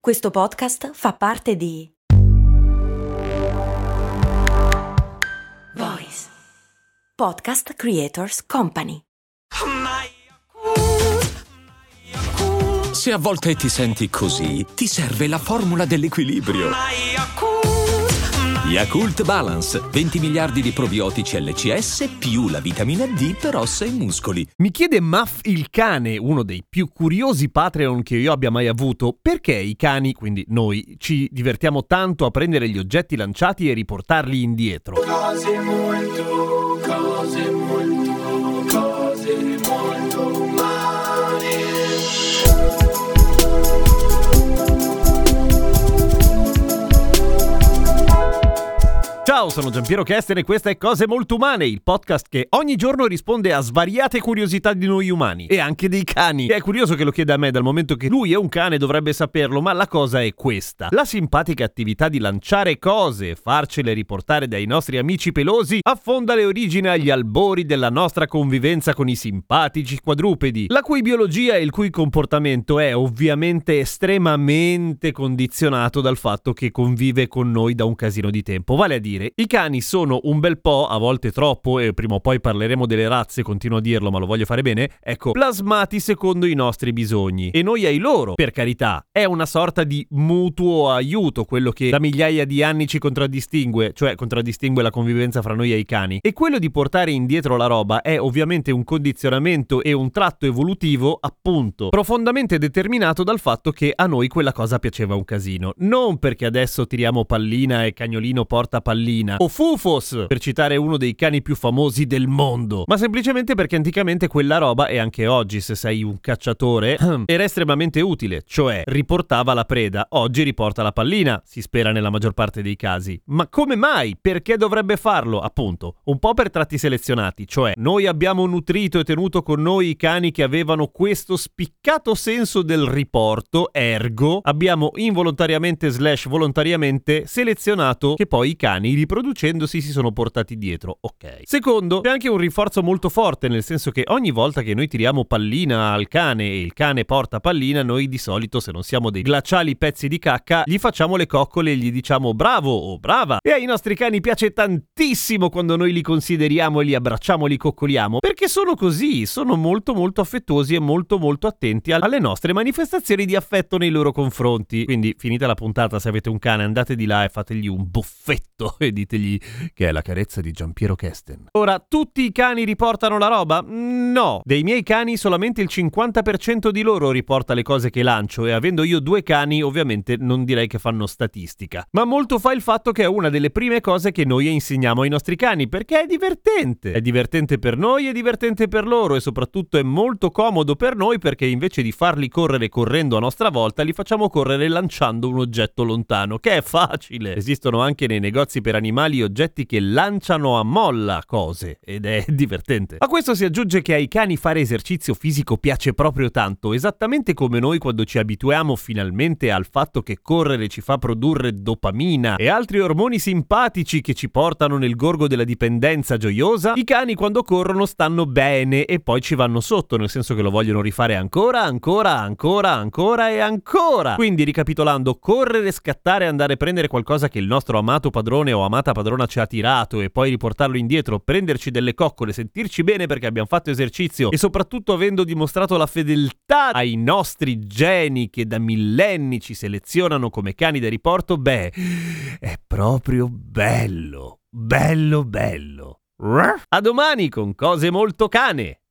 Questo podcast fa parte di Voice Podcast Creators Company. Se a volte ti senti così, ti serve la formula dell'equilibrio. Yakult Balance, 20 miliardi di probiotici LCS più la vitamina D per ossa e muscoli. Mi chiede Muff il cane, uno dei più curiosi Patreon che io abbia mai avuto, perché i cani, quindi noi, ci divertiamo tanto a prendere gli oggetti lanciati e riportarli indietro. Cose molto umane. Ciao, sono Giampiero Kesten e questa è Cose Molto Umane, il podcast che ogni giorno risponde a svariate curiosità di noi umani e anche dei cani. E è curioso che lo chieda a me, dal momento che lui è un cane, dovrebbe saperlo, ma la cosa è questa. La simpatica attività di lanciare cose e farcele riportare dai nostri amici pelosi affonda le origini agli albori della nostra convivenza con i simpatici quadrupedi, la cui biologia e il cui comportamento è ovviamente estremamente condizionato dal fatto che convive con noi da un casino di tempo, vale a dire i cani sono un bel po', a volte troppo, e prima o poi parleremo delle razze, continuo a dirlo ma lo voglio fare bene, ecco, plasmati secondo i nostri bisogni. E noi ai loro, per carità, è una sorta di mutuo aiuto, quello che da migliaia di anni ci contraddistingue, cioè contraddistingue la convivenza fra noi e i cani. E quello di portare indietro la roba è ovviamente un condizionamento e un tratto evolutivo, appunto, profondamente determinato dal fatto che a noi quella cosa piaceva un casino. Non perché adesso tiriamo pallina e cagnolino porta pallina, o Fufos, per citare uno dei cani più famosi del mondo, ma semplicemente perché anticamente quella roba, e anche oggi se sei un cacciatore, era estremamente utile, cioè riportava la preda. Oggi riporta la pallina, si spera nella maggior parte dei casi. Ma come mai? Perché dovrebbe farlo? Appunto, un po' per tratti selezionati, cioè noi abbiamo nutrito e tenuto con noi i cani che avevano questo spiccato senso del riporto, ergo abbiamo involontariamente / volontariamente selezionato che poi i cani, riproducendosi, si sono portati dietro. Ok. Secondo, c'è anche un rinforzo molto forte, nel senso che ogni volta che noi tiriamo pallina al cane e il cane porta pallina, noi di solito, se non siamo dei glaciali pezzi di cacca, gli facciamo le coccole e gli diciamo bravo o brava. E ai nostri cani piace tantissimo quando noi li consideriamo e li abbracciamo, li coccoliamo, perché sono così, sono molto molto affettuosi e molto molto attenti alle nostre manifestazioni di affetto nei loro confronti. Quindi, finita la puntata, se avete un cane, andate di là e fategli un buffetto e ditegli che è la carezza di Giampiero Kesten. Ora, tutti i cani riportano la roba? No. Dei miei cani solamente il 50% di loro riporta le cose che lancio, e avendo io 2 cani ovviamente non direi che fanno statistica. Ma molto fa il fatto che è una delle prime cose che noi insegniamo ai nostri cani, perché è divertente. È divertente per noi, è divertente per loro, e soprattutto è molto comodo per noi, perché invece di farli correre correndo a nostra volta, li facciamo correre lanciando un oggetto lontano, che è facile. Esistono anche nei negozi per animali oggetti che lanciano a molla cose, ed è divertente. A questo si aggiunge che ai cani fare esercizio fisico piace proprio tanto, esattamente come noi quando ci abituiamo finalmente al fatto che correre ci fa produrre dopamina e altri ormoni simpatici che ci portano nel gorgo della dipendenza gioiosa. I cani quando corrono stanno bene e poi ci vanno sotto, nel senso che lo vogliono rifare ancora e ancora. Quindi, ricapitolando, correre, scattare, andare a prendere qualcosa che il nostro amato padrone o amata padrona ci ha tirato e poi riportarlo indietro, prenderci delle coccole, sentirci bene perché abbiamo fatto esercizio e soprattutto avendo dimostrato la fedeltà ai nostri geni che da millenni ci selezionano come cani da riporto, beh, è proprio bello. A domani con Cose Molto Cane.